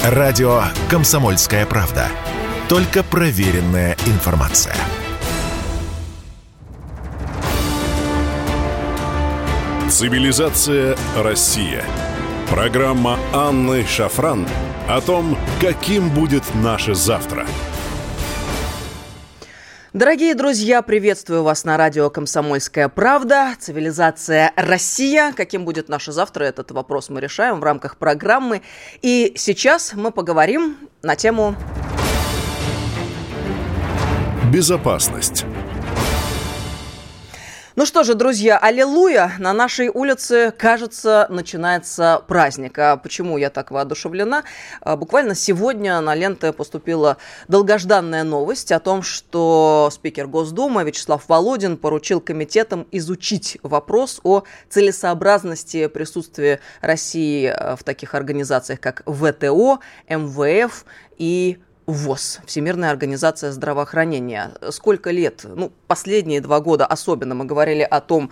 Радио «Комсомольская правда». Только проверенная информация. Цивилизация Россия. Программа Анны Шафран о том, каким будет наше завтра. Дорогие друзья, приветствую вас на радио «Комсомольская правда». Цивилизация Россия. Каким будет наше завтра? Этот вопрос мы решаем в рамках программы. И сейчас мы поговорим на тему безопасность. Ну что же, друзья, аллилуйя, на нашей улице, кажется, начинается праздник. А почему я так воодушевлена? Буквально сегодня на ленты поступила долгожданная новость о том, что спикер Госдумы Вячеслав Володин поручил комитетам изучить вопрос о целесообразности присутствия России в таких организациях, как ВТО, МВФ и ВОЗ, Всемирная организация здравоохранения. Сколько лет? Последние 2 года особенно мы говорили о том,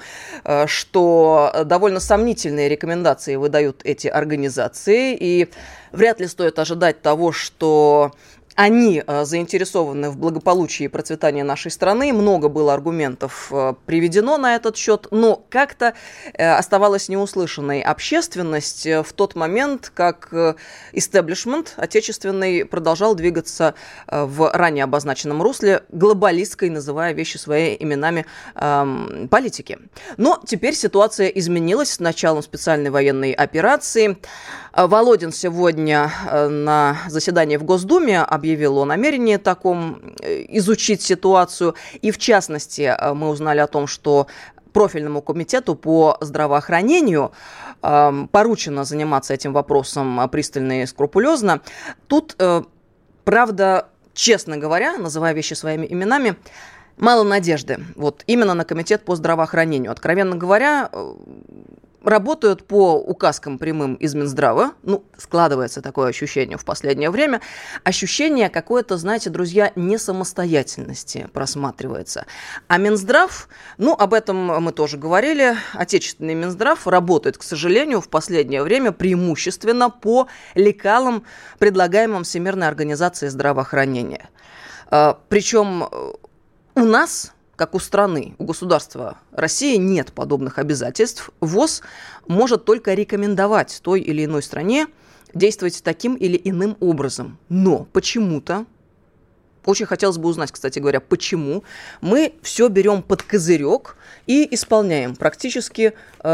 что довольно сомнительные рекомендации выдают эти организации, и вряд ли стоит ожидать того, что они заинтересованы в благополучии и процветании нашей страны. Много было аргументов приведено на этот счет, но как-то оставалась неуслышанной общественность в тот момент, как истеблишмент отечественный продолжал двигаться в ранее обозначенном русле глобалистской, называя вещи своими именами, политики. Но теперь ситуация изменилась с началом специальной военной операции. Володин сегодня на заседании в Госдуме объявил о намерении таком изучить ситуацию. И в частности, мы узнали о том, что профильному комитету по здравоохранению поручено заниматься этим вопросом пристально и скрупулезно. Тут, правда, честно говоря, называя вещи своими именами, мало надежды. Вот именно на комитет по здравоохранению. Откровенно говоря, работают по указкам прямым из Минздрава. Складывается такое ощущение в последнее время. Ощущение какое-то, знаете, друзья, несамостоятельности просматривается. А Минздрав, об этом мы тоже говорили, отечественный Минздрав работает, к сожалению, в последнее время преимущественно по лекалам, предлагаемым Всемирной организацией здравоохранения. Причем у нас, как у страны, у государства России нет подобных обязательств. ВОЗ может только рекомендовать той или иной стране действовать таким или иным образом. Но почему-то, очень хотелось бы узнать, кстати говоря, почему мы все берем под козырек и исполняем практически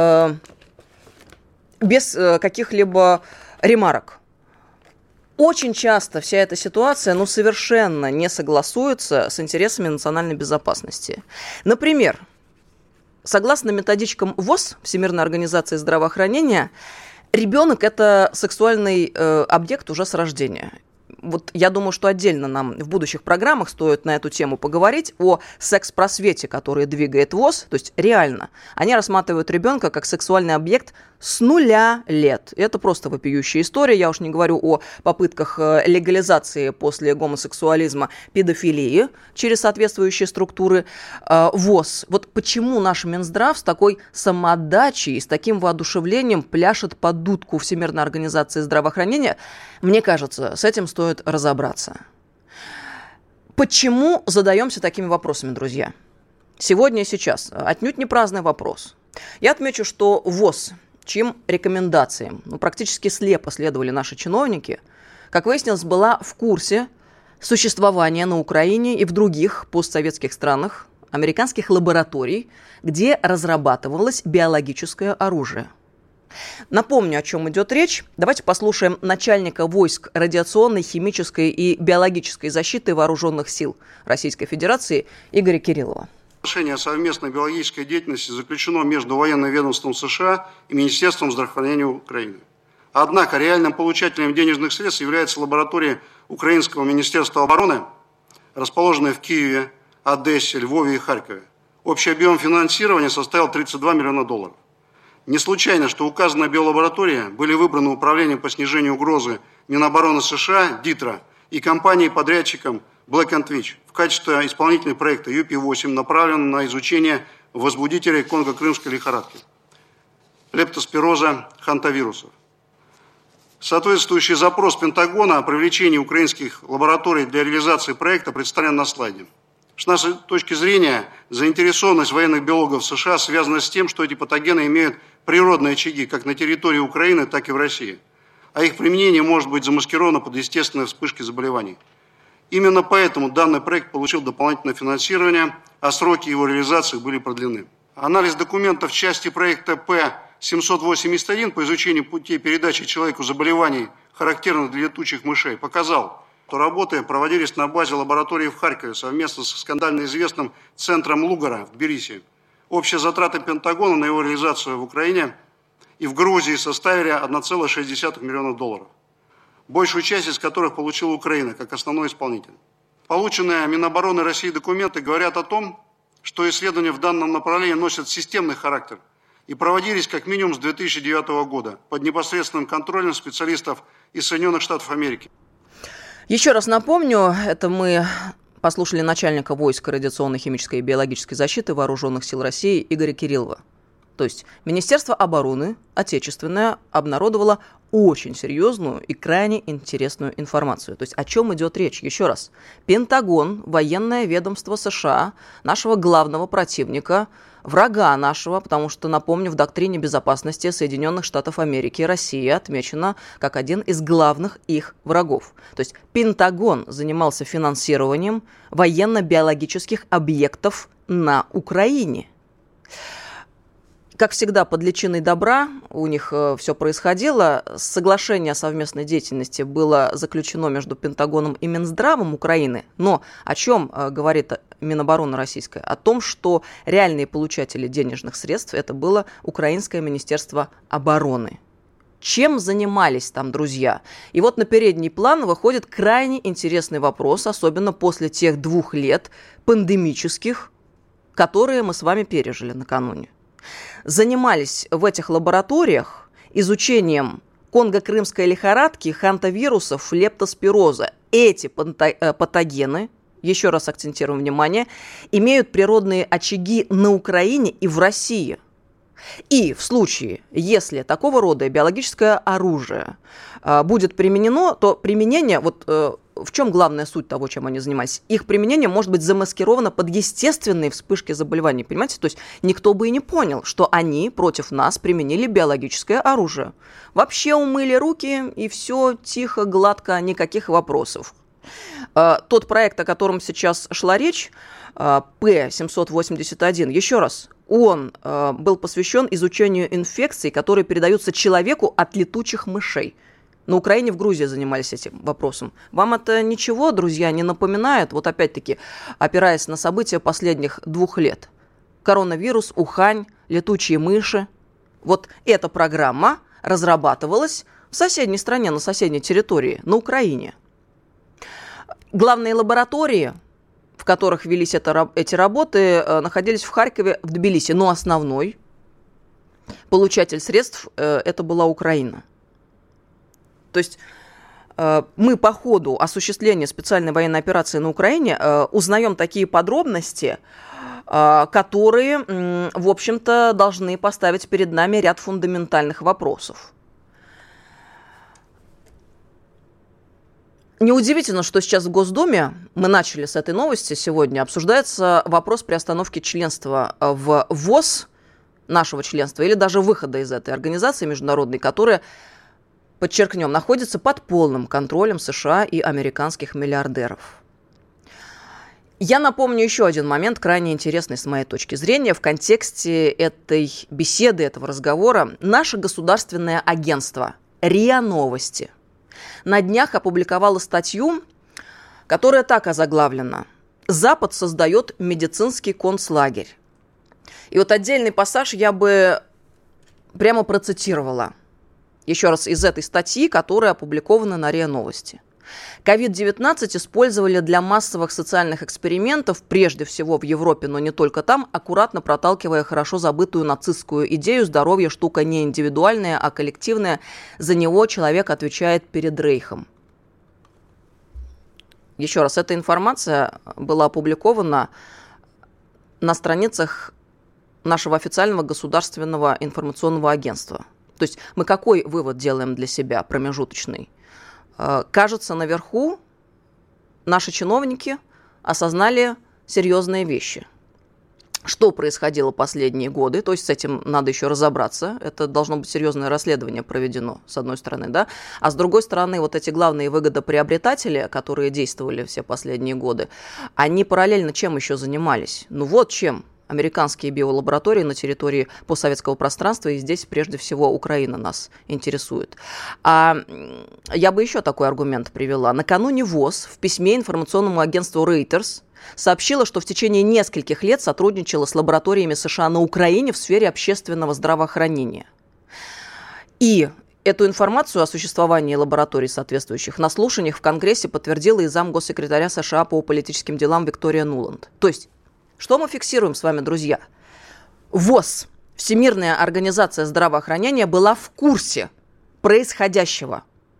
без каких-либо ремарок. Очень часто вся эта ситуация, совершенно не согласуется с интересами национальной безопасности. Например, согласно методичкам ВОЗ, Всемирной организации здравоохранения, ребенок – это сексуальный объект уже с рождения. Вот я думаю, что отдельно нам в будущих программах стоит на эту тему поговорить о секс-просвете, который двигает ВОЗ. То есть реально они рассматривают ребенка как сексуальный объект с 0 лет. Это просто вопиющая история. Я уж не говорю о попытках легализации после гомосексуализма педофилии через соответствующие структуры ВОЗ. Вот почему наш Минздрав с такой самоотдачей, с таким воодушевлением пляшет под дудку Всемирной организации здравоохранения? Мне кажется, с этим стоит разобраться. Почему задаемся такими вопросами, друзья? Сегодня и сейчас отнюдь не праздный вопрос. Я отмечу, что ВОЗ, чьим рекомендациям практически слепо следовали наши чиновники, как выяснилось, была в курсе существования на Украине и в других постсоветских странах американских лабораторий, где разрабатывалось биологическое оружие. Напомню, о чем идет речь. Давайте послушаем начальника войск радиационной, химической и биологической защиты вооруженных сил Российской Федерации Игоря Кириллова. Соглашение о совместной биологической деятельности заключено между военным ведомством США и Министерством здравоохранения Украины. Однако реальным получателем денежных средств является лаборатория Украинского Министерства обороны, расположенная в Киеве, Одессе, Львове и Харькове. Общий объем финансирования составил $32 миллиона. Не случайно, что указанные биолаборатории были выбраны Управлением по снижению угрозы Минобороны США, ДИТРА, и компанией-подрядчиком Black & Twitch в качестве исполнительного проекта UP8, направленного на изучение возбудителей конго-крымской лихорадки, лептоспироза, хантавирусов. Соответствующий запрос Пентагона о привлечении украинских лабораторий для реализации проекта представлен на слайде. С нашей точки зрения, заинтересованность военных биологов США связана с тем, что эти патогены имеют природные очаги как на территории Украины, так и в России, а их применение может быть замаскировано под естественные вспышки заболеваний. Именно поэтому данный проект получил дополнительное финансирование, а сроки его реализации были продлены. Анализ документов в части проекта П-781 по изучению путей передачи человеку заболеваний, характерных для летучих мышей, показал, что работы проводились на базе лаборатории в Харькове совместно с скандально известным центром Лугара в Тбилиси. Общие затраты Пентагона на его реализацию в Украине и в Грузии составили 1,6 миллиона долларов, большую часть из которых получила Украина как основной исполнитель. Полученные Минобороны России документы говорят о том, что исследования в данном направлении носят системный характер и проводились как минимум с 2009 года под непосредственным контролем специалистов из Соединенных Штатов Америки. Еще раз напомню, это мы послушали начальника войск радиационной, химической и биологической защиты Вооруженных сил России Игоря Кириллова. То есть Министерство обороны отечественное обнародовало очень серьезную и крайне интересную информацию. То есть о чем идет речь? Еще раз. Пентагон, военное ведомство США, нашего главного противника, врага нашего, потому что, напомню, в доктрине безопасности Соединенных Штатов Америки Россия отмечена как один из главных их врагов. То есть Пентагон занимался финансированием военно-биологических объектов на Украине. Как всегда, под личиной добра у них все происходило. Соглашение о совместной деятельности было заключено между Пентагоном и Минздравом Украины. Но о чем говорит Минобороны российская? О том, что реальные получатели денежных средств это было Украинское Министерство обороны. Чем занимались там друзья? И вот на передний план выходит крайне интересный вопрос, особенно после тех 2 лет пандемических, которые мы с вами пережили накануне. Занимались в этих лабораториях изучением конго-крымской лихорадки, хантавирусов, лептоспироза. Эти патогены, еще раз акцентируем внимание, имеют природные очаги на Украине и в России. И в случае, если такого рода биологическое оружие будет применено, то применение, в чем главная суть того, чем они занимались? Их применение может быть замаскировано под естественные вспышки заболеваний, понимаете? То есть никто бы и не понял, что они против нас применили биологическое оружие. Вообще умыли руки, и все тихо, гладко, никаких вопросов. Тот проект, о котором сейчас шла речь, П-781, еще раз, он был посвящен изучению инфекций, которые передаются человеку от летучих мышей. На Украине, в Грузии занимались этим вопросом. Вам это ничего, друзья, не напоминает? Вот опять-таки, опираясь на события последних 2 лет. Коронавирус, Ухань, летучие мыши. Вот эта программа разрабатывалась в соседней стране, на соседней территории, на Украине. Главные лаборатории, в которых велись эти работы, находились в Харькове, в Тбилиси. Но основной получатель средств это была Украина. То есть мы по ходу осуществления специальной военной операции на Украине узнаем такие подробности, которые, в общем-то, должны поставить перед нами ряд фундаментальных вопросов. Неудивительно, что сейчас в Госдуме, мы начали с этой новости сегодня, обсуждается вопрос приостановки членства в ВОЗ, нашего членства, или даже выхода из этой организации международной, которая, подчеркнем, находится под полным контролем США и американских миллиардеров. Я напомню еще один момент, крайне интересный с моей точки зрения, в контексте этой беседы, этого разговора. Наше государственное агентство РИА Новости на днях опубликовала статью, которая так озаглавлена: «Запад создает медицинский концлагерь». И вот отдельный пассаж я бы прямо процитировала. Еще раз из этой статьи, которая опубликована на РИА Новости. COVID-19 использовали для массовых социальных экспериментов, прежде всего в Европе, но не только там, аккуратно проталкивая хорошо забытую нацистскую идею «здоровье штука не индивидуальная, а коллективная, за него человек отвечает перед Рейхом». Еще раз, эта информация была опубликована на страницах нашего официального государственного информационного агентства. То есть мы какой вывод делаем для себя промежуточный? Кажется, наверху наши чиновники осознали серьезные вещи. Что происходило последние годы, то есть с этим надо еще разобраться, это должно быть серьезное расследование проведено, с одной стороны, да, а с другой стороны, вот эти главные выгодоприобретатели, которые действовали все последние годы, они параллельно чем еще занимались? Ну вот чем. Американские биолаборатории на территории постсоветского пространства, и здесь прежде всего Украина нас интересует. А я бы еще такой аргумент привела. Накануне ВОЗ в письме информационному агентству Reuters сообщила, что в течение нескольких лет сотрудничала с лабораториями США на Украине в сфере общественного здравоохранения. И эту информацию о существовании лабораторий соответствующих на слушаниях в Конгрессе подтвердила и замгоссекретаря США по политическим делам Виктория Нуланд. То есть, что мы фиксируем с вами, друзья? ВОЗ, Всемирная организация здравоохранения, была в курсе происходящего.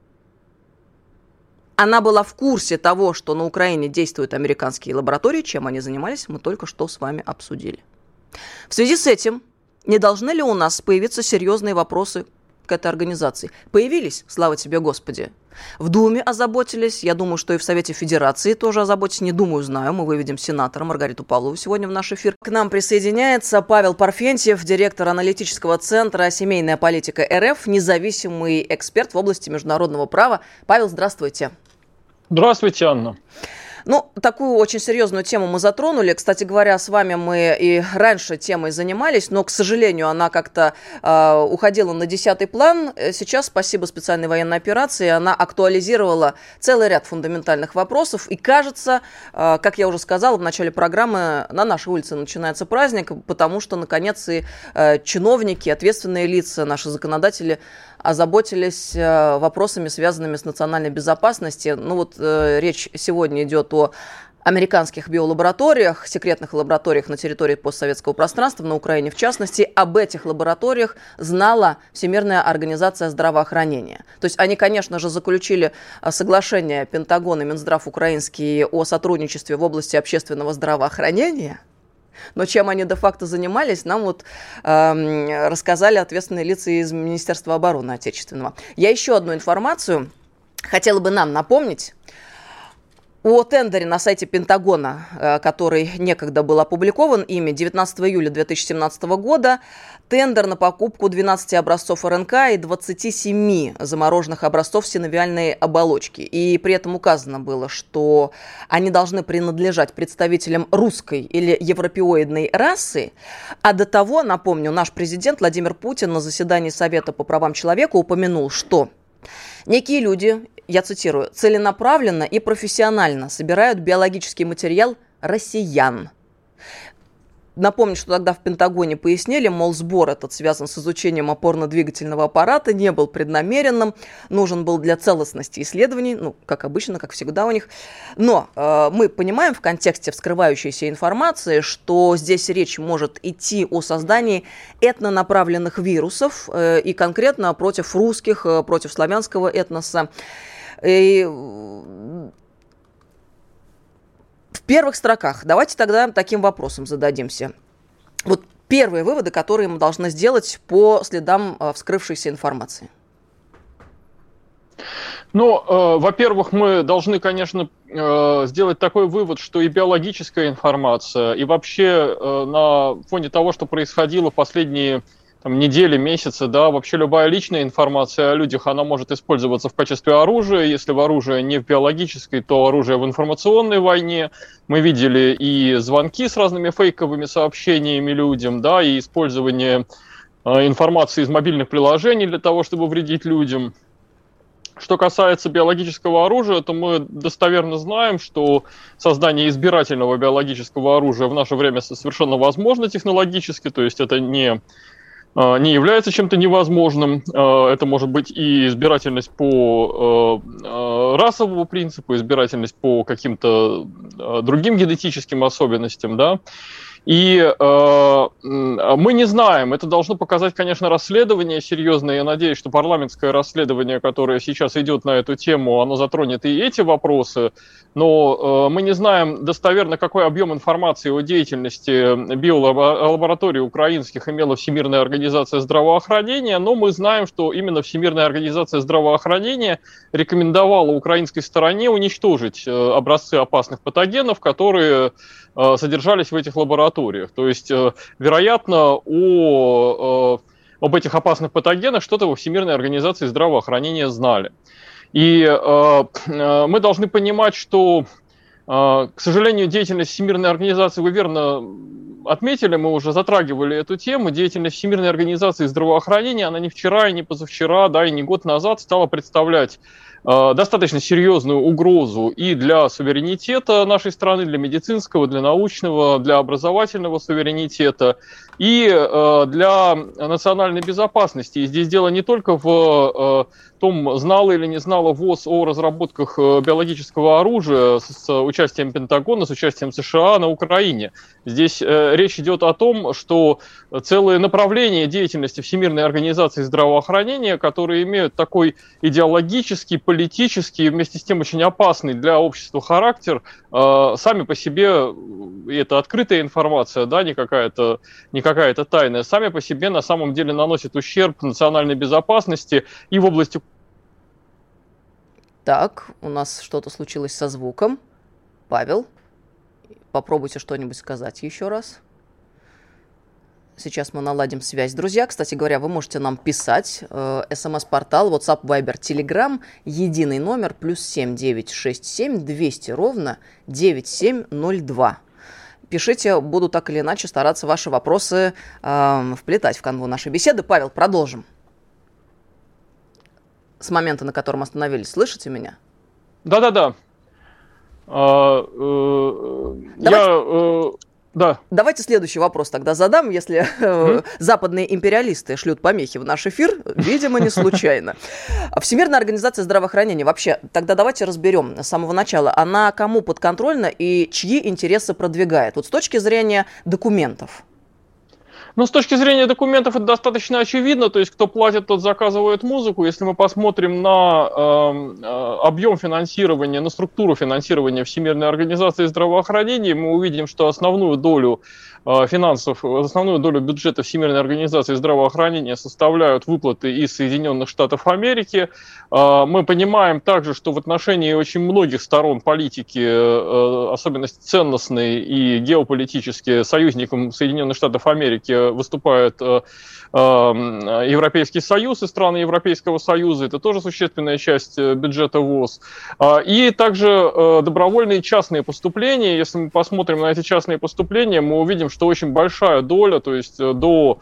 Она была в курсе того, что на Украине действуют американские лаборатории, чем они занимались, мы только что с вами обсудили. В связи с этим, не должны ли у нас появиться серьезные вопросы к этой организации? Появились, слава тебе, Господи. В Думе озаботились, я думаю, что и в Совете Федерации тоже озаботились, не думаю, знаю, мы выведем сенатора Маргариту Павлову сегодня в наш эфир. К нам присоединяется Павел Парфентьев, директор аналитического центра «Семейная политика РФ», независимый эксперт в области международного права. Павел, здравствуйте. Здравствуйте, Анна. Ну, такую очень серьезную тему мы затронули. Кстати говоря, с вами мы и раньше темой занимались, но, к сожалению, она как-то уходила на 10-й план. Сейчас, спасибо специальной военной операции, она актуализировала целый ряд фундаментальных вопросов. И кажется, как я уже сказала в начале программы, на нашей улице начинается праздник, потому что, наконец, и чиновники, ответственные лица, наши законодатели озаботились вопросами, связанными с национальной безопасностью. Ну вот речь сегодня идет о американских биолабораториях, секретных лабораториях на территории постсоветского пространства, на Украине в частности. Об этих лабораториях знала Всемирная организация здравоохранения. То есть они, конечно же, заключили соглашение Пентагон и Минздрав украинский о сотрудничестве в области общественного здравоохранения. Но чем они де-факто занимались, нам вот рассказали ответственные лица из Министерства обороны отечественного. Я еще одну информацию хотела бы нам напомнить. О тендере на сайте Пентагона, который некогда был опубликован ими 19 июля 2017 года, тендер на покупку 12 образцов РНК и 27 замороженных образцов синовиальной оболочки. И при этом указано было, что они должны принадлежать представителям русской или европеоидной расы. А до того, напомню, наш президент Владимир Путин на заседании Совета по правам человека упомянул, что некие люди, я цитирую, целенаправленно и профессионально собирают биологический материал россиян. Напомню, что тогда в Пентагоне пояснили, мол, сбор этот связан с изучением опорно-двигательного аппарата, не был преднамеренным, нужен был для целостности исследований, ну, как обычно, как всегда у них. Но мы понимаем в контексте вскрывающейся информации, что здесь речь может идти о создании этнонаправленных вирусов и конкретно против русских, против славянского этноса. И в первых строках давайте тогда таким вопросом зададимся. Вот первые выводы, которые мы должны сделать по следам вскрывшейся информации. Ну, во-первых, мы должны, конечно, сделать такой вывод, что и биологическая информация, и вообще на фоне того, что происходило в последние недели, месяцы, да, вообще любая личная информация о людях, она может использоваться в качестве оружия. Если в оружие не в биологической, то оружие в информационной войне. Мы видели и звонки с разными фейковыми сообщениями людям, да, и использование информации из мобильных приложений для того, чтобы вредить людям. Что касается биологического оружия, то мы достоверно знаем, что создание избирательного биологического оружия в наше время совершенно возможно технологически, то есть это не является чем-то невозможным. Это может быть и избирательность по расовому принципу, избирательность по каким-то другим генетическим особенностям, да. И мы не знаем, это должно показать, конечно, расследование серьезное. Я надеюсь, что парламентское расследование, которое сейчас идет на эту тему, оно затронет и эти вопросы. Но мы не знаем достоверно, какой объем информации о деятельности биолабораторий украинских имела Всемирная организация здравоохранения. Но мы знаем, что именно Всемирная организация здравоохранения рекомендовала украинской стороне уничтожить образцы опасных патогенов, которые содержались в этих лабораториях. То есть, вероятно, об этих опасных патогенах что-то во Всемирной организации здравоохранения знали. И мы должны понимать, что, к сожалению, деятельность Всемирной организации, вы верно отметили, мы уже затрагивали эту тему, деятельность Всемирной организации здравоохранения, она не вчера и не позавчера, да, и не год назад стала представлять достаточно серьезную угрозу и для суверенитета нашей страны, для медицинского, для научного, для образовательного суверенитета и для национальной безопасности. И здесь дело не только в том, знала или не знала ВОЗ о разработках биологического оружия с участием Пентагона, с участием США на Украине. Здесь речь идет о том, что целые направления деятельности Всемирной организации здравоохранения, которые имеют такой идеологический, политический и вместе с тем очень опасный для общества характер, сами по себе, и это открытая информация, да, не какая-то тайная, сами по себе на самом деле наносят ущерб национальной безопасности и в области... Так, у нас что-то случилось со звуком. Павел, попробуйте что-нибудь сказать еще раз. Сейчас мы наладим связь. Друзья, кстати говоря, вы можете нам писать. СМС-портал, WhatsApp, Viber, Telegram. Единый номер +7 967 200 9702. Пишите, буду так или иначе стараться ваши вопросы вплетать в канву нашей беседы. Павел, продолжим. С момента, на котором остановились. Слышите меня? Да-да-да. Давайте следующий вопрос тогда задам, если западные империалисты шлют помехи в наш эфир, видимо, не случайно. Всемирная организация здравоохранения, вообще, тогда давайте разберем с самого начала, она кому подконтрольна и чьи интересы продвигает? Вот с точки зрения документов. Ну, с точки зрения документов это достаточно очевидно, то есть кто платит, тот заказывает музыку. Если мы посмотрим на объем финансирования, на структуру финансирования Всемирной организации здравоохранения, мы увидим, что основную долю финансов, основную долю бюджета Всемирной организации здравоохранения составляют выплаты из Соединенных Штатов Америки. Мы понимаем также, что в отношении очень многих сторон политики, особенно ценностной и геополитически, союзником Соединенных Штатов Америки выступает Европейский Союз и страны Европейского Союза. Это тоже существенная часть бюджета ВОЗ. И также добровольные частные поступления. Если мы посмотрим на эти частные поступления, мы увидим, что очень большая доля, то есть до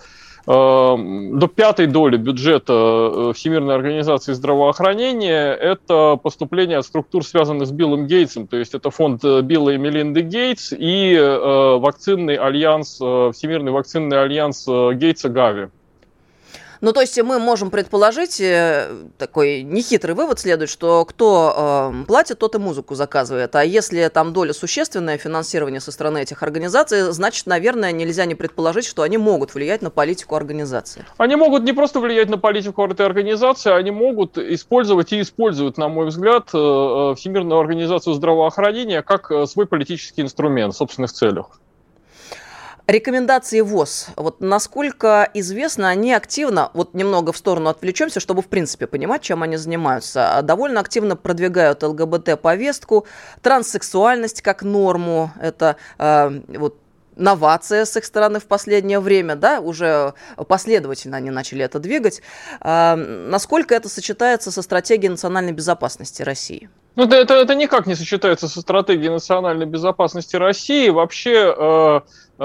пятой доли бюджета Всемирной организации здравоохранения это поступление от структур, связанных с Биллом Гейтсом, то есть это фонд Билла и Мелинды Гейтс и вакцинный альянс, Всемирный вакцинный альянс Гейтса-Гави. Ну, то есть мы можем предположить, такой нехитрый вывод следует, что кто платит, тот и музыку заказывает. А если там доля существенная, финансирование со стороны этих организаций, значит, наверное, нельзя не предположить, что они могут влиять на политику организации. Они могут не просто влиять на политику этой организации, они могут использовать и используют, на мой взгляд, Всемирную организацию здравоохранения как свой политический инструмент в собственных целях. Рекомендации ВОЗ, вот насколько известно, они активно, вот немного в сторону отвлечемся, чтобы в принципе понимать, чем они занимаются, довольно активно продвигают ЛГБТ-повестку, транссексуальность как норму, это вот новация с их стороны в последнее время, да, уже последовательно они начали это двигать. Насколько это сочетается со стратегией национальной безопасности России? Ну, это никак не сочетается со стратегией национальной безопасности России. Вообще,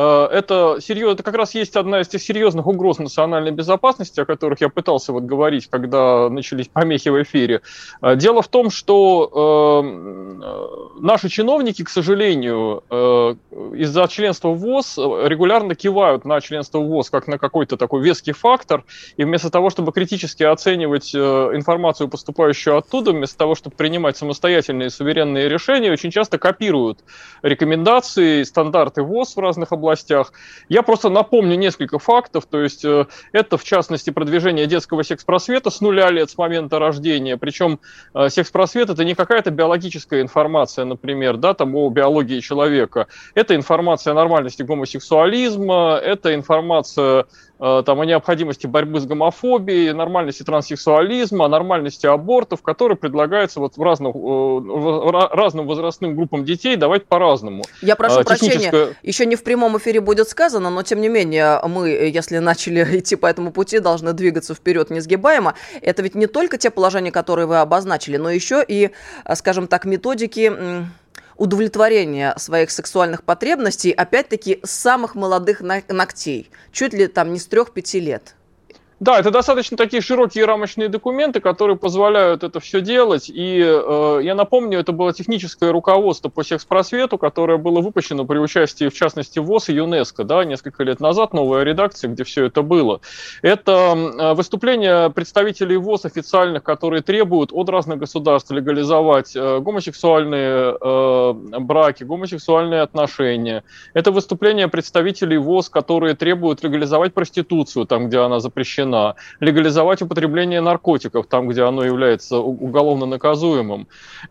это как раз есть одна из тех серьезных угроз национальной безопасности, о которых я пытался вот говорить, когда начались помехи в эфире. Дело в том, что наши чиновники, к сожалению, из-за членства в ВОЗ регулярно кивают на членство в ВОЗ как на какой-то такой веский фактор, и вместо того, чтобы критически оценивать информацию, поступающую оттуда, вместо того, чтобы принимать самостоятельно самостоятельные суверенные решения, очень часто копируют рекомендации, стандарты ВОЗ в разных областях. Я просто напомню несколько фактов, то есть это, в частности, продвижение детского секс-просвета с 0 лет, с момента рождения, причем секс-просвет – это не какая-то биологическая информация, например, да, там, о биологии человека, это информация о нормальности гомосексуализма, это информация там, о необходимости борьбы с гомофобией, нормальности транссексуализма, о нормальности абортов, которые предлагаются вот разным возрастным группам детей давать по-разному. Я прошу прощения, еще не в прямом эфире будет сказано, но тем не менее мы, если начали идти по этому пути, должны двигаться вперед несгибаемо. Это ведь не только те положения, которые вы обозначили, но еще и, скажем так, методики удовлетворения своих сексуальных потребностей, опять-таки, с самых молодых ногтей, чуть ли там не с 3-5 лет. Да, это достаточно такие широкие рамочные документы, которые позволяют это все делать. И я напомню, это было техническое руководство по секс-просвету, которое было выпущено при участии, в частности, ВОЗ и ЮНЕСКО, да, несколько лет назад, новая редакция, где все это было. Это выступления представителей ВОЗ официальных, которые требуют от разных государств легализовать гомосексуальные браки, гомосексуальные отношения. Это выступления представителей ВОЗ, которые требуют легализовать проституцию там, где она запрещена, легализовать употребление наркотиков там, где оно является уголовно наказуемым.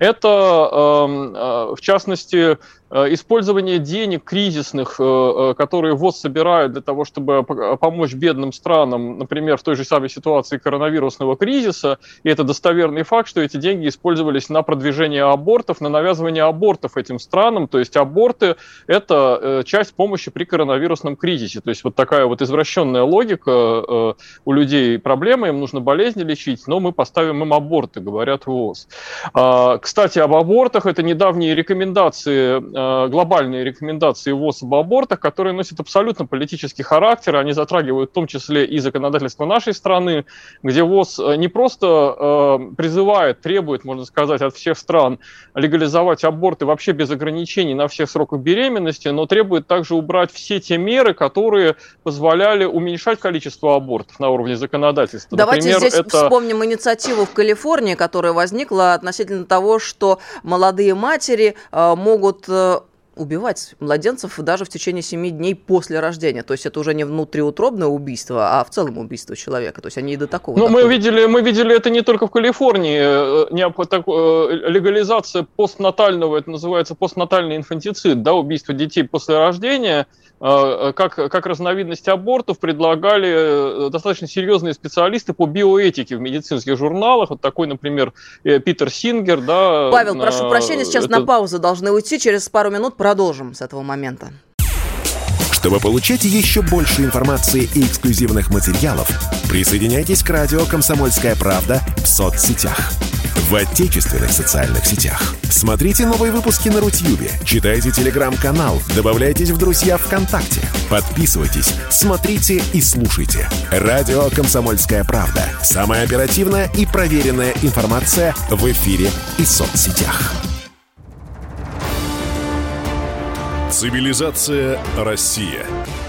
Это, в частности, использование денег кризисных, которые ВОЗ собирают для того, чтобы помочь бедным странам, например, в той же самой ситуации коронавирусного кризиса, и это достоверный факт, что эти деньги использовались на продвижение абортов, на навязывание абортов этим странам, то есть аборты – это часть помощи при коронавирусном кризисе, то есть вот такая вот извращенная логика, у людей проблемы, им нужно болезни лечить, но мы поставим им аборты, говорят ВОЗ. Кстати, об абортах, это недавние рекомендации, глобальные рекомендации ВОЗ об абортах, которые носят абсолютно политический характер, они затрагивают в том числе и законодательство нашей страны, где ВОЗ не просто призывает, требует, можно сказать, от всех стран легализовать аборты вообще без ограничений на всех сроках беременности, но требует также убрать все те меры, которые позволяли уменьшать количество абортов на уровне законодательства. Давайте Например, здесь вспомним инициативу в Калифорнии, которая возникла относительно того, что молодые матери могут убивать младенцев даже в течение 7 дней после рождения. То есть это уже не внутриутробное убийство, а в целом убийство человека. То есть они и до такого доходят. Мы видели это не только в Калифорнии. Легализация постнатального, это называется постнатальный инфантицид, да, убийство детей после рождения, как разновидность абортов предлагали достаточно серьезные специалисты по биоэтике в медицинских журналах. Вот такой, например, Питер Сингер. Да, Павел, прошу прощения, сейчас на паузу должны уйти. Через пару минут продолжим с этого момента. Чтобы получать еще больше информации и эксклюзивных материалов, присоединяйтесь к радио «Комсомольская правда» в соцсетях. В отечественных социальных сетях. Смотрите новые выпуски на Рутьюбе, читайте телеграм-канал, добавляйтесь в друзья ВКонтакте, подписывайтесь, смотрите и слушайте. Радио «Комсомольская правда». Самая оперативная и проверенная информация в эфире и соцсетях. Цивилизация Россия.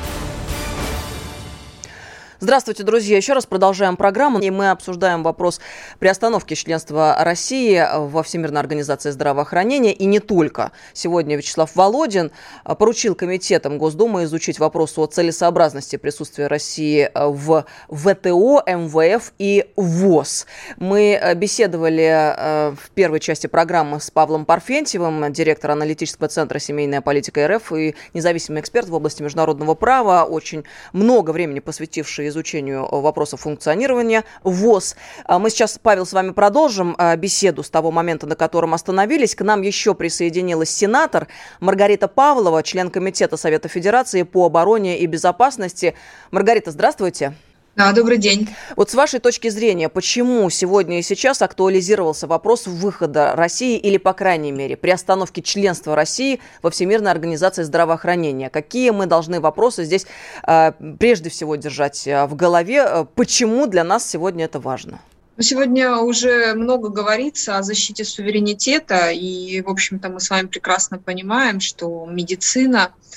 Здравствуйте, друзья. Еще раз продолжаем программу. И мы обсуждаем вопрос приостановки членства России во Всемирной организации здравоохранения. И не только. Сегодня Вячеслав Володин поручил комитетам Госдумы изучить вопрос о целесообразности присутствия России в ВТО, МВФ и ВОЗ. Мы беседовали в первой части программы с Павлом Парфентьевым, директор аналитического центра «Семейная политика РФ» и независимый эксперт в области международного права, очень много времени посвятивший изучению вопросов функционирования ВОЗ. Мы сейчас, Павел, с вами продолжим беседу с того момента, на котором остановились. К нам еще присоединилась сенатор Маргарита Павлова, член Комитета Совета Федерации по обороне и безопасности. Маргарита, здравствуйте. Да, добрый день. Вот с вашей точки зрения, почему сегодня и сейчас актуализировался вопрос выхода России или, по крайней мере, приостановки членства России во Всемирной организации здравоохранения? Какие мы должны вопросы здесь прежде всего держать в голове? Почему для нас сегодня это важно? Сегодня уже много говорится о защите суверенитета, и, в общем-то, мы с вами прекрасно понимаем, что медицина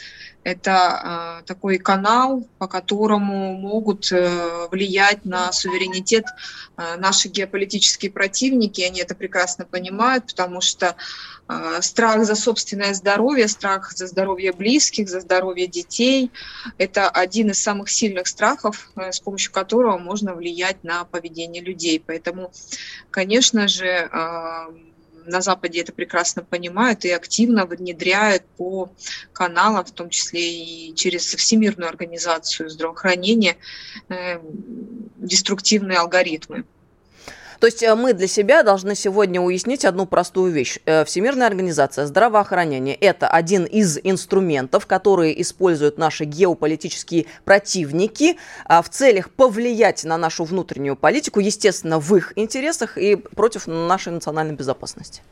Это такой канал, по которому могут влиять на суверенитет наши геополитические противники. Они это прекрасно понимают, потому что страх за собственное здоровье, страх за здоровье близких, за здоровье детей – это один из самых сильных страхов, с помощью которого можно влиять на поведение людей. Поэтому, конечно же, на Западе это прекрасно понимают и активно внедряют по каналам, в том числе и через Всемирную организацию здравоохранения, деструктивные алгоритмы. То есть мы для себя должны сегодня уяснить одну простую вещь. Всемирная организация здравоохранения – это один из инструментов, которые используют наши геополитические противники в целях повлиять на нашу внутреннюю политику, естественно, в их интересах и против нашей национальной безопасности.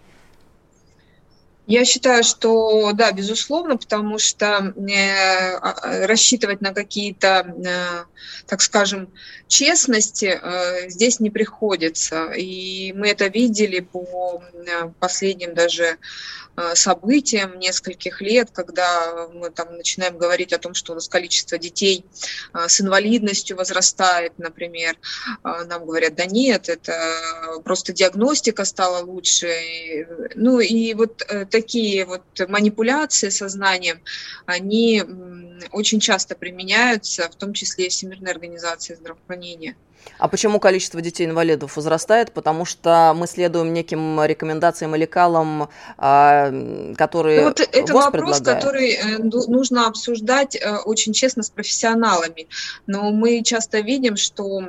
Я считаю, что да, безусловно, потому что рассчитывать на какие-то, так скажем, честности здесь не приходится. И мы это видели по последним даже событиям нескольких лет, когда мы там начинаем говорить о том, что у нас количество детей с инвалидностью возрастает, например. Нам говорят, да нет, это просто диагностика стала лучше. Ну и вот такие вот манипуляции сознанием, они очень часто применяются, в том числе и Всемирной организацией здравоохранения. А почему количество детей-инвалидов возрастает? Потому что мы следуем неким рекомендациям и лекалам, которые вот это ВОЗ вопрос, предлагает. который нужно обсуждать очень честно с профессионалами. Но мы часто видим, что,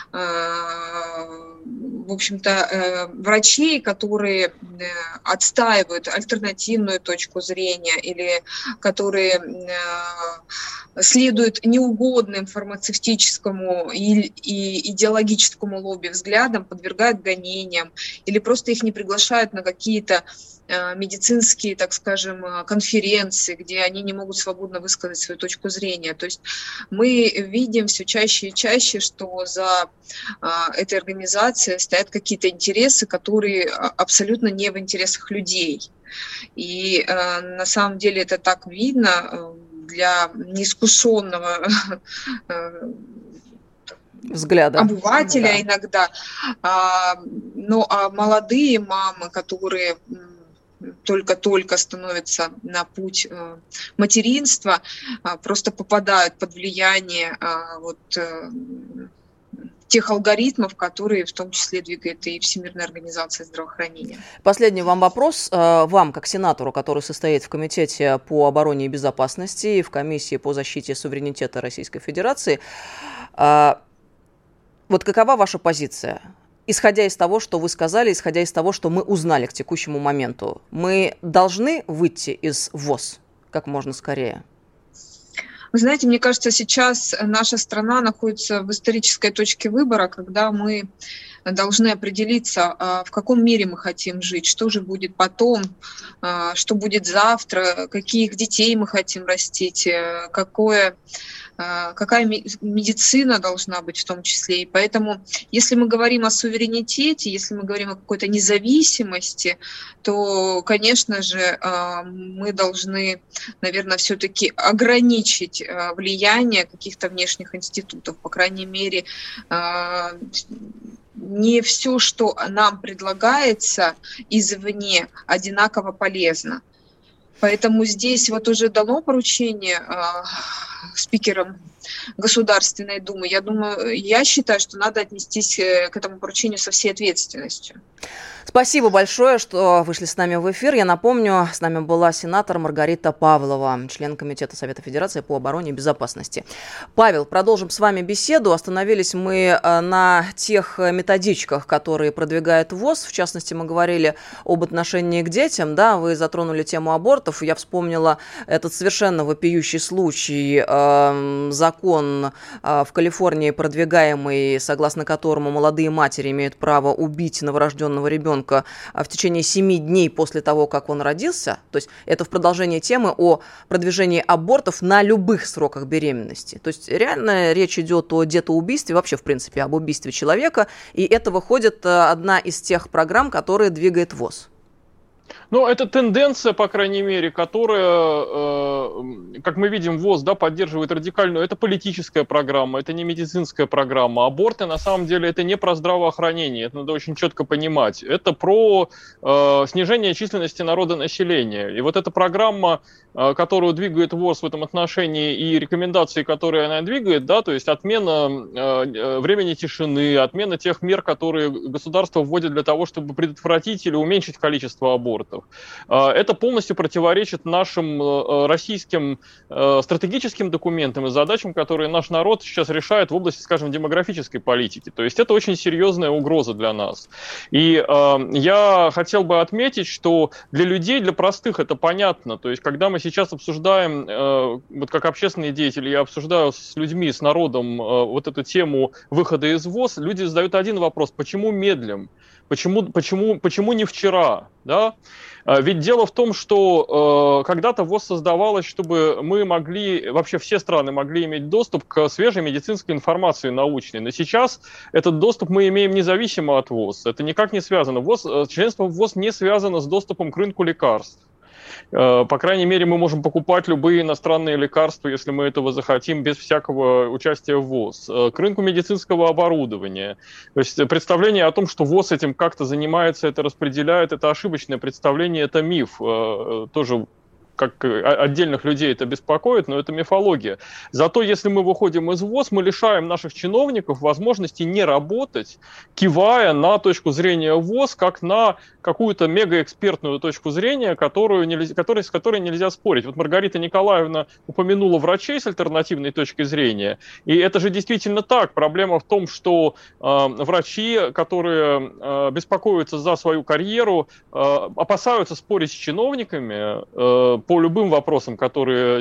в общем-то, врачи, которые отстаивают альтернативную точку зрения или которые следуют неугодным фармацевтическому и идеологическому лобби взглядам, подвергают гонениям или просто их не приглашают на какие-то медицинские, так скажем, конференции, где они не могут свободно высказать свою точку зрения. То есть мы видим все чаще и чаще, что за этой организацией стоят какие-то интересы, которые абсолютно не в интересах людей. И на самом деле это так видно для неискушенного взгляда обывателя, да, иногда. Но молодые мамы, которые только-только становятся на путь материнства, просто попадают под влияние тех алгоритмов, которые в том числе двигает и Всемирная организация здравоохранения. Последний вам вопрос. Вам, как сенатору, который состоит в Комитете по обороне и безопасности и в Комиссии по защите суверенитета Российской Федерации, вот какова ваша позиция? Исходя из того, что вы сказали, исходя из того, что мы узнали к текущему моменту, мы должны выйти из ВОЗ как можно скорее? Вы знаете, мне кажется, сейчас наша страна находится в исторической точке выбора, когда мы должны определиться, в каком мире мы хотим жить, что же будет потом, что будет завтра, каких детей мы хотим растить, какая медицина должна быть в том числе. И поэтому, если мы говорим о суверенитете, если мы говорим о какой-то независимости, то, конечно же, мы должны, наверное, все-таки ограничить влияние каких-то внешних институтов. По крайней мере, не все, что нам предлагается извне, одинаково полезно. Поэтому здесь вот уже дано поручение спикерам Государственной Думы. Я считаю, что надо отнестись к этому поручению со всей ответственностью. Спасибо большое, что вышли с нами в эфир. Я напомню, с нами была сенатор Маргарита Павлова, член Комитета Совета Федерации по обороне и безопасности. Павел, продолжим с вами беседу. Остановились мы на тех методичках, которые продвигает ВОЗ. В частности, мы говорили об отношении к детям. Да, вы затронули тему абортов. Я вспомнила этот совершенно вопиющий случай. Закон в Калифорнии продвигаемый, согласно которому молодые матери имеют право убить новорожденного ребенка в течение 7 дней после того, как он родился. То есть это в продолжении темы о продвижении абортов на любых сроках беременности. То есть реально речь идет о детоубийстве, вообще в принципе об убийстве человека. И это выходит одна из тех программ, которые двигает ВОЗ. Ну, это тенденция, по крайней мере, которая, как мы видим, ВОЗ, да, поддерживает радикальную. Это политическая программа, это не медицинская программа. Аборты, на самом деле, это не про здравоохранение, это надо очень четко понимать. Это про снижение численности народонаселения. И вот эта программа, которую двигает ВОЗ в этом отношении, и рекомендации, которые она двигает, да, то есть отмена времени тишины, отмена тех мер, которые государство вводит для того, чтобы предотвратить или уменьшить количество абортов. Это полностью противоречит нашим российским стратегическим документам и задачам, которые наш народ сейчас решает в области, скажем, демографической политики. То есть это очень серьезная угроза для нас. И я хотел бы отметить, что для людей, для простых это понятно. То есть когда мы сейчас обсуждаем, вот как общественные деятели, я обсуждаю с людьми, с народом вот эту тему выхода из ВОЗ, люди задают один вопрос: почему медлим? Почему не вчера? Да? Ведь дело в том, что когда-то ВОЗ создавалось, чтобы мы могли, вообще все страны могли иметь доступ к свежей медицинской информации научной. Но сейчас этот доступ мы имеем независимо от ВОЗ. Это никак не связано. Членство в ВОЗ не связано с доступом к рынку лекарств. По крайней мере, мы можем покупать любые иностранные лекарства, если мы этого захотим, без всякого участия в ВОЗ. К рынку медицинского оборудования. То есть представление о том, что ВОЗ этим как-то занимается, это распределяет, это ошибочное представление, это миф. Тоже как отдельных людей это беспокоит, но это мифология. Зато если мы выходим из ВОЗ, мы лишаем наших чиновников возможности не работать, кивая на точку зрения ВОЗ, как на какую-то мегаэкспертную точку зрения, с которой нельзя спорить. Вот Маргарита Николаевна упомянула врачей с альтернативной точки зрения, и это же действительно так. Проблема в том, что врачи, которые беспокоятся за свою карьеру, опасаются спорить с чиновниками по любым вопросам, которые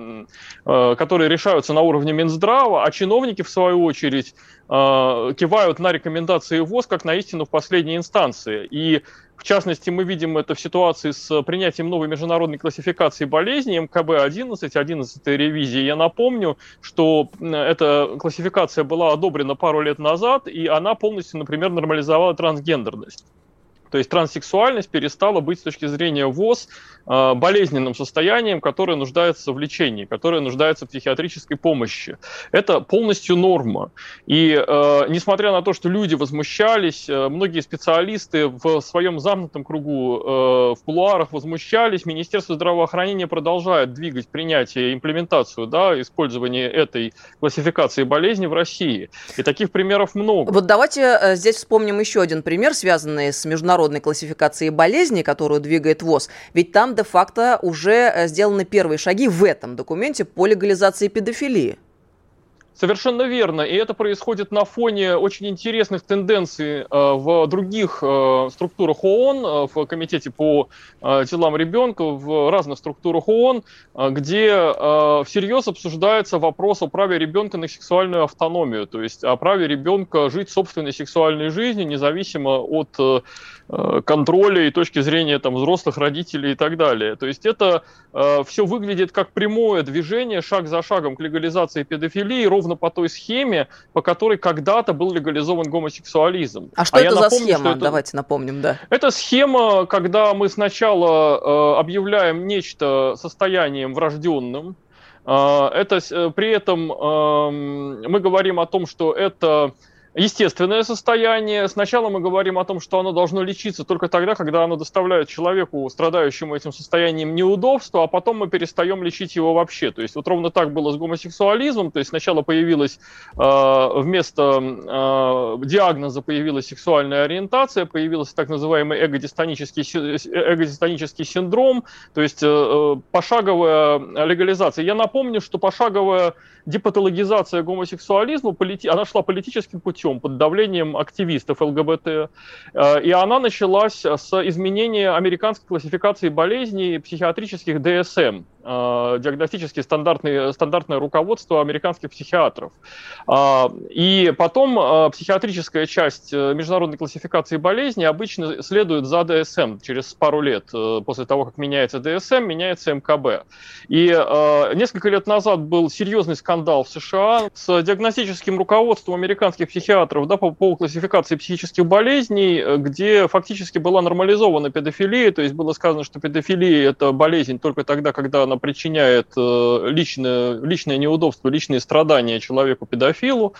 решаются на уровне Минздрава, а чиновники, в свою очередь, кивают на рекомендации ВОЗ как на истину в последней инстанции. И, в частности, мы видим это в ситуации с принятием новой международной классификации болезней МКБ-11, 11-й ревизии. Я напомню, что эта классификация была одобрена пару лет назад, и она полностью, например, нормализовала трансгендерность. То есть транссексуальность перестала быть с точки зрения ВОЗ болезненным состоянием, которое нуждается в лечении, которое нуждается в психиатрической помощи. Это полностью норма. И несмотря на то, что люди возмущались, многие специалисты в своем замкнутом кругу в кулуарах возмущались, Министерство здравоохранения продолжает двигать принятие и имплементацию, да, использование этой классификации болезней в России. И таких примеров много. Вот давайте здесь вспомним еще один пример, связанный с международной классификацией болезней, которую двигает ВОЗ. Ведь там де-факто уже сделаны первые шаги в этом документе по легализации педофилии. Совершенно верно. И это происходит на фоне очень интересных тенденций в других структурах ООН, в Комитете по делам ребенка, в разных структурах ООН, где всерьез обсуждается вопрос о праве ребенка на сексуальную автономию, то есть о праве ребенка жить собственной сексуальной жизнью, независимо от контроля и точки зрения там, взрослых родителей и так далее. То есть это все выглядит как прямое движение шаг за шагом к легализации педофилии, ровно по той схеме, по которой когда-то был легализован гомосексуализм. А что это за схема? Давайте напомним, да. Это схема, когда мы сначала объявляем нечто состоянием врожденным. При этом мы говорим о том, что это естественное состояние. Сначала мы говорим о том, что оно должно лечиться только тогда, когда оно доставляет человеку, страдающему этим состоянием, неудобства, а потом мы перестаем лечить его вообще. То есть вот ровно так было с гомосексуализмом. То есть сначала появилась вместо диагноза появилась сексуальная ориентация, появился так называемый эго-дистонический синдром, то есть пошаговая легализация. Я напомню, что пошаговая депатологизация гомосексуализма, она шла политическим путем, под давлением активистов ЛГБТ, и она началась с изменения американской классификации болезней психиатрических DSM. диагностически стандартное руководство американских психиатров. И потом психиатрическая часть международной классификации болезней обычно следует за ДСМ. Через пару лет после того, как меняется ДСМ, меняется МКБ. И несколько лет назад был серьезный скандал в США с диагностическим руководством американских психиатров, да, по классификации психических болезней, где фактически была нормализована педофилия, то есть было сказано, что педофилия – это болезнь только тогда, когда она причиняет личное неудобство, личные страдания человеку-педофилу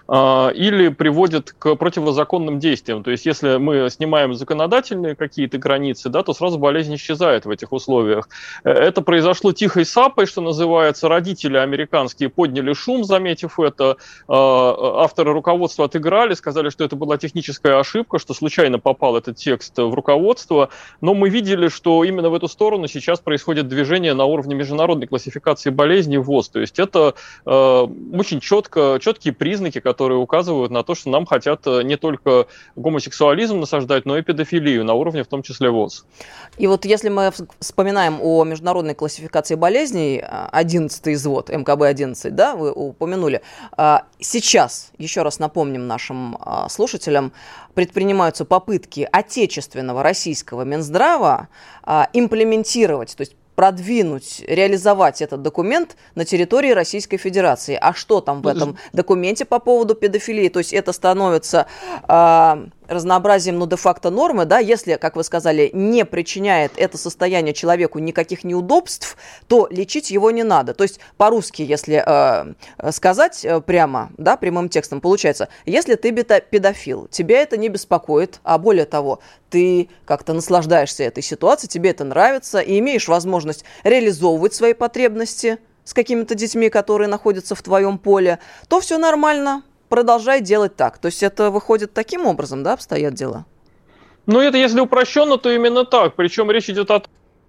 или приводит к противозаконным действиям. То есть если мы снимаем законодательные какие-то границы, да, то сразу болезнь исчезает в этих условиях. Это произошло тихой сапой, что называется. Родители американские подняли шум, заметив это. Авторы руководства отыграли, сказали, что это была техническая ошибка, что случайно попал этот текст в руководство. Но мы видели, что именно в эту сторону сейчас происходит движение на уровне международной классификации болезней ВОЗ. То есть это очень четкие признаки, которые указывают на то, что нам хотят не только гомосексуализм насаждать, но и педофилию на уровне в том числе ВОЗ. И вот если мы вспоминаем о международной классификации болезней, 11-й извод, МКБ-11, да, вы упомянули, сейчас, еще раз напомним нашим слушателям, предпринимаются попытки отечественного российского Минздрава имплементировать, то есть продвинуть, реализовать этот документ на территории Российской Федерации. А что там в этом документе по поводу педофилии? То есть это становится разнообразием, но де-факто нормы, да, если, как вы сказали, не причиняет это состояние человеку никаких неудобств, то лечить его не надо. То есть по-русски, если сказать прямо, да, прямым текстом, получается, если ты педофил, тебя это не беспокоит, а более того, ты как-то наслаждаешься этой ситуацией, тебе это нравится, и имеешь возможность реализовывать свои потребности с какими-то детьми, которые находятся в твоем поле, то все нормально. Продолжай делать так. То есть это выходит таким образом, да, обстоят дела? Ну, это если упрощенно, то именно так. Причем речь идет о...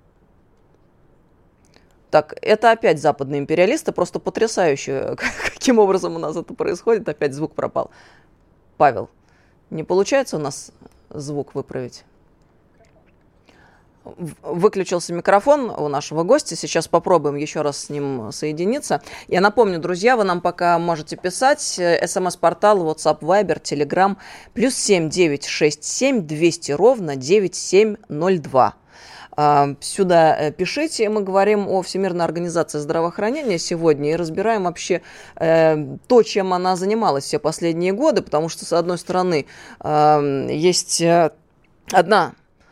Так, это опять западные империалисты, просто потрясающе, каким образом у нас это происходит. Опять звук пропал. Павел, не получается у нас звук выправить? Выключился микрофон у нашего гостя. Сейчас попробуем еще раз с ним соединиться. Я напомню, друзья, вы нам пока можете писать. СМС-портал, WhatsApp, Viber, Telegram. +7 967 200 9702. Сюда пишите. Мы говорим о Всемирной организации здравоохранения сегодня и разбираем вообще то, чем она занималась все последние годы, потому что, с одной стороны, есть одна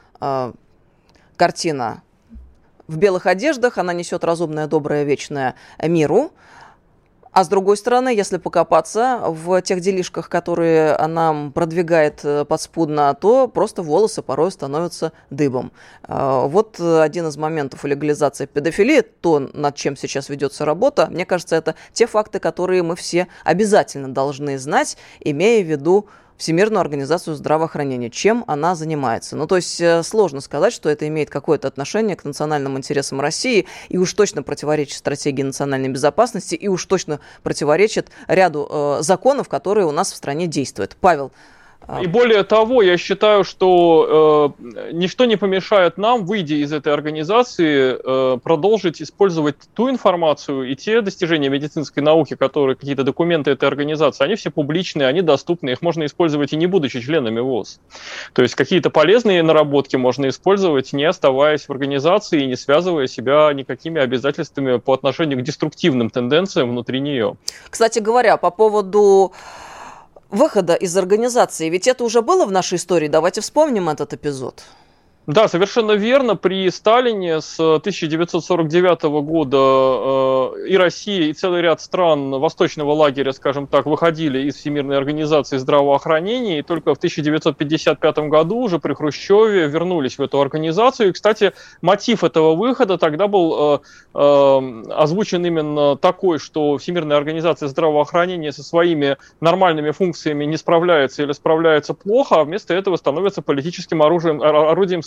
картина в белых одеждах, она несет разумное, доброе, вечное миру. А с другой стороны, если покопаться в тех делишках, которые она продвигает подспудно, то просто волосы порой становятся дыбом. Вот один из моментов легализации педофилии, то, над чем сейчас ведется работа, мне кажется, это те факты, которые мы все обязательно должны знать, имея в виду Всемирную организацию здравоохранения, чем она занимается. Ну, то есть сложно сказать, что это имеет какое-то отношение к национальным интересам России и уж точно противоречит стратегии национальной безопасности и уж точно противоречит ряду законов, которые у нас в стране действуют. Павел. И более того, я считаю, что ничто не помешает нам, выйдя из этой организации, продолжить использовать ту информацию и те достижения медицинской науки, которые какие-то документы этой организации, они все публичные, они доступны, их можно использовать и не будучи членами ВОЗ. То есть какие-то полезные наработки можно использовать, не оставаясь в организации и не связывая себя никакими обязательствами по отношению к деструктивным тенденциям внутри нее. Кстати говоря, по поводу выхода из организации, ведь это уже было в нашей истории, давайте вспомним этот эпизод. Да, совершенно верно. При Сталине с 1949 года и Россия, и целый ряд стран восточного лагеря, скажем так, выходили из Всемирной организации здравоохранения, и только в 1955 году уже при Хрущеве вернулись в эту организацию. И, кстати, мотив этого выхода тогда был озвучен именно такой, что Всемирная организация здравоохранения со своими нормальными функциями не справляется или справляется плохо, а вместо этого становится политическим орудием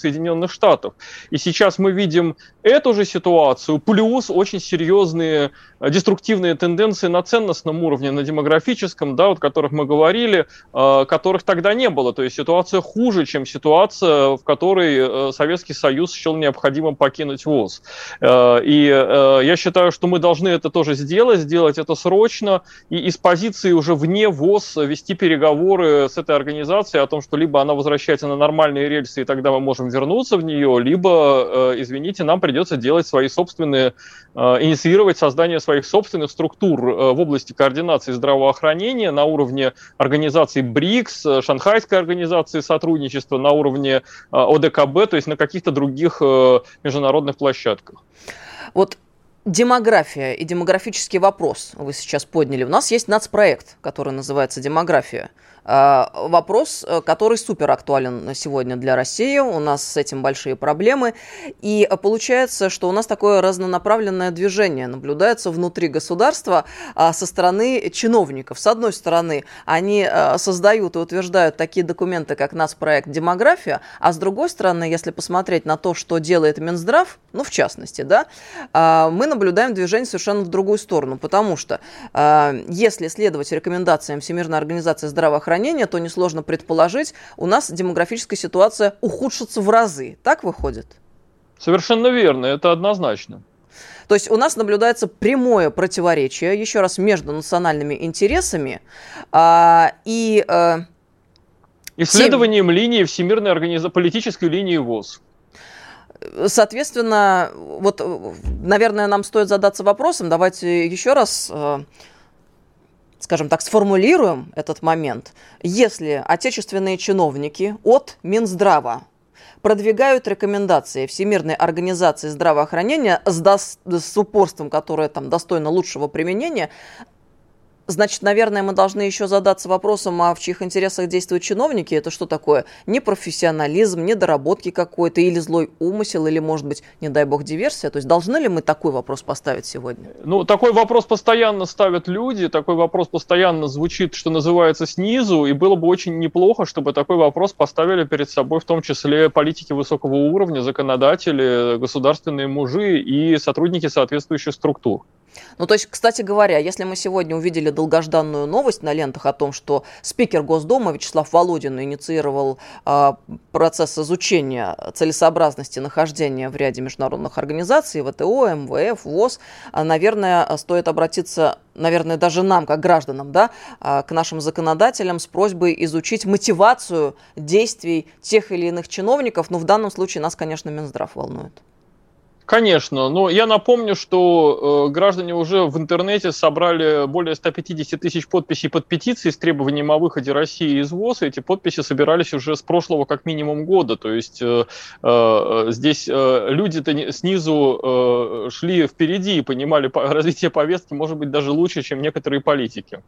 Соединенных Штатов. И сейчас мы видим эту же ситуацию, плюс очень серьезные деструктивные тенденции на ценностном уровне, на демографическом, да, вот, о которых мы говорили, которых тогда не было. То есть ситуация хуже, чем ситуация, в которой Советский Союз счел необходимым покинуть ВОЗ. И я считаю, что мы должны это тоже сделать это срочно, и из позиции уже вне ВОЗ вести переговоры с этой организацией о том, что либо она возвращается на нормальные рельсы, и тогда мы можем вернуться в нее, либо, извините, нам придется делать свои собственные, инициировать создание своих собственных структур в области координации здравоохранения на уровне организации БРИКС, Шанхайской организации сотрудничества, на уровне ОДКБ, то есть на каких-то других международных площадках. Вот демография и демографический вопрос вы сейчас подняли. У нас есть нацпроект, который называется «Демография». Вопрос, который супер актуален сегодня для России. У нас с этим большие проблемы. И получается, что у нас такое разнонаправленное движение наблюдается внутри государства со стороны чиновников. С одной стороны, они создают и утверждают такие документы, как нацпроект «Демография», а с другой стороны, если посмотреть на то, что делает Минздрав, ну, в частности, да, мы наблюдаем движение совершенно в другую сторону, потому что если следовать рекомендациям Всемирной организации здравоохранения, то несложно предположить, у нас демографическая ситуация ухудшится в разы. Так выходит? Совершенно верно, это однозначно. То есть у нас наблюдается прямое противоречие, еще раз, между национальными интересами и исследованием линии Всемирной организации, политической линии ВОЗ. Соответственно, вот, наверное, нам стоит задаться вопросом, давайте еще раз, скажем так, сформулируем этот момент. Если отечественные чиновники от Минздрава продвигают рекомендации Всемирной организации здравоохранения с упорством, которое там достойно лучшего применения, значит, наверное, мы должны еще задаться вопросом, а в чьих интересах действуют чиновники? Это что такое? Непрофессионализм, недоработки какой-то, или злой умысел, или, может быть, не дай бог, диверсия? То есть должны ли мы такой вопрос поставить сегодня? Ну, такой вопрос постоянно ставят люди, такой вопрос постоянно звучит, что называется, снизу, и было бы очень неплохо, чтобы такой вопрос поставили перед собой, в том числе политики высокого уровня, законодатели, государственные мужи и сотрудники соответствующих структур. Ну, то есть, кстати говоря, если мы сегодня увидели долгожданную новость на лентах о том, что спикер Госдумы Вячеслав Володин инициировал процесс изучения целесообразности нахождения в ряде международных организаций, ВТО, МВФ, ВОЗ, наверное, стоит обратиться, наверное, даже нам, как гражданам, да, к нашим законодателям с просьбой изучить мотивацию действий тех или иных чиновников. Но в данном случае нас, конечно, Минздрав волнует. Конечно, но я напомню, что граждане уже в интернете собрали более 150 тысяч подписей под петицией с требованием о выходе России из ВОЗ. Эти подписи собирались уже с прошлого как минимум года. То есть здесь люди-то снизу шли впереди и понимали развитие повестки, может быть, даже лучше, чем некоторые политики.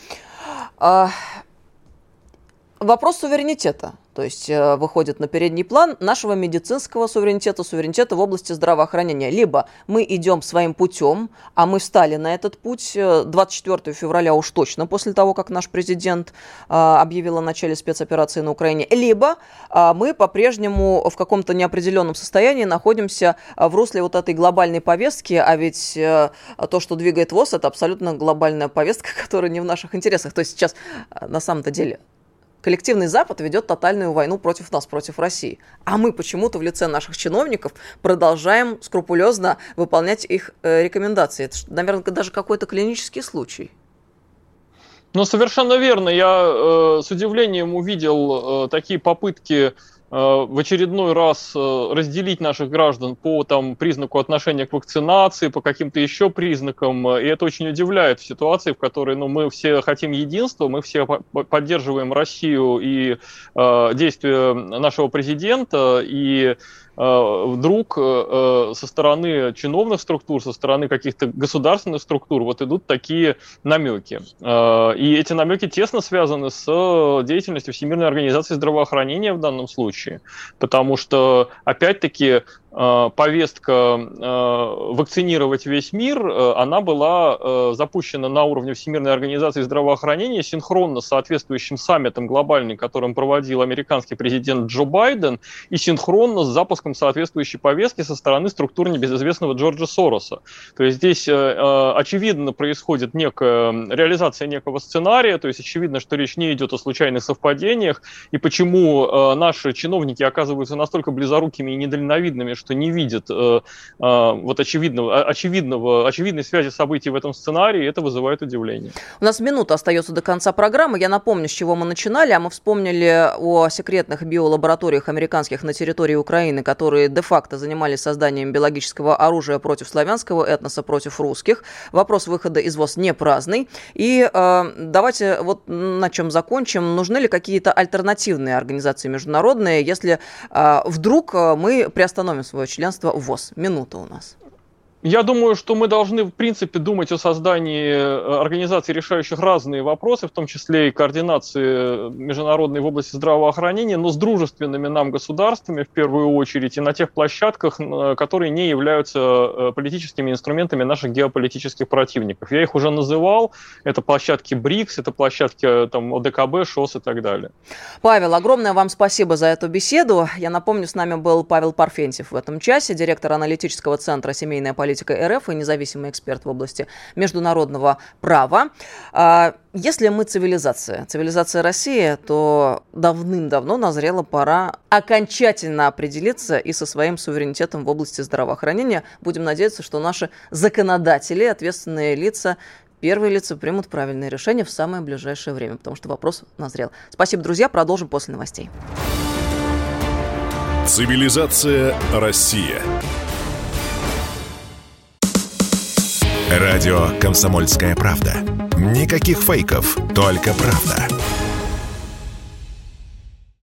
Вопрос суверенитета, то есть выходит на передний план нашего медицинского суверенитета, суверенитета в области здравоохранения. Либо мы идем своим путем, а мы встали на этот путь 24 февраля уж точно, после того, как наш президент объявил о начале спецоперации на Украине, либо мы по-прежнему в каком-то неопределенном состоянии находимся в русле вот этой глобальной повестки, а ведь то, что двигает ВОЗ, это абсолютно глобальная повестка, которая не в наших интересах. То есть сейчас на самом-то деле коллективный Запад ведет тотальную войну против нас, против России. А мы почему-то в лице наших чиновников продолжаем скрупулезно выполнять их рекомендации. Это, наверное, даже какой-то клинический случай. Ну, совершенно верно. Я с удивлением увидел такие попытки в очередной раз разделить наших граждан по признаку отношения к вакцинации, по каким-то еще признакам. И это очень удивляет в ситуации, в которой мы все хотим единства, мы все поддерживаем Россию и действия нашего президента, и вдруг со стороны чиновных структур, со стороны каких-то государственных структур вот идут такие намеки. И эти намеки тесно связаны с деятельностью Всемирной организации здравоохранения в данном случае. Потому что, опять-таки, повестка вакцинировать весь мир, она была запущена на уровне Всемирной организации здравоохранения синхронно с соответствующим саммитом глобальным, которым проводил американский президент Джо Байден, и синхронно с запуском соответствующей повестки со стороны структур небезызвестного Джорджа Сороса. То есть здесь очевидно происходит реализация некого сценария, то есть очевидно, что речь не идет о случайных совпадениях, и почему наши чиновники оказываются настолько близорукими и недальновидными, что не видят очевидной связи событий в этом сценарии, это вызывает удивление. У нас минута остается до конца программы. Я напомню, с чего мы начинали. Мы вспомнили о секретных биолабораториях американских на территории Украины, которые де-факто занимались созданием биологического оружия против славянского этноса, против русских. Вопрос выхода из ВОЗ не праздный. И давайте вот на чем закончим. Нужны ли какие-то альтернативные организации международные, если вдруг мы приостановим свое членство в ВОЗ? Минута у нас. Я думаю, что мы должны, в принципе, думать о создании организаций, решающих разные вопросы, в том числе и координации международной в области здравоохранения, но с дружественными нам государствами, в первую очередь, и на тех площадках, которые не являются политическими инструментами наших геополитических противников. Я их уже называл. Это площадки БРИКС, это площадки ОДКБ, ШОС и так далее. Павел, огромное вам спасибо за эту беседу. Я напомню, с нами был Павел Парфентьев в этом часе, директор аналитического центра «Семейная политика» РФ и независимый эксперт в области международного права. Если мы цивилизация России, то давным-давно назрела пора окончательно определиться и со своим суверенитетом в области здравоохранения. Будем надеяться, что наши законодатели, ответственные лица, первые лица примут правильные решения в самое ближайшее время, потому что вопрос назрел. Спасибо, друзья. Продолжим после новостей. Цивилизация Россия. Радио «Комсомольская правда». Никаких фейков, только правда.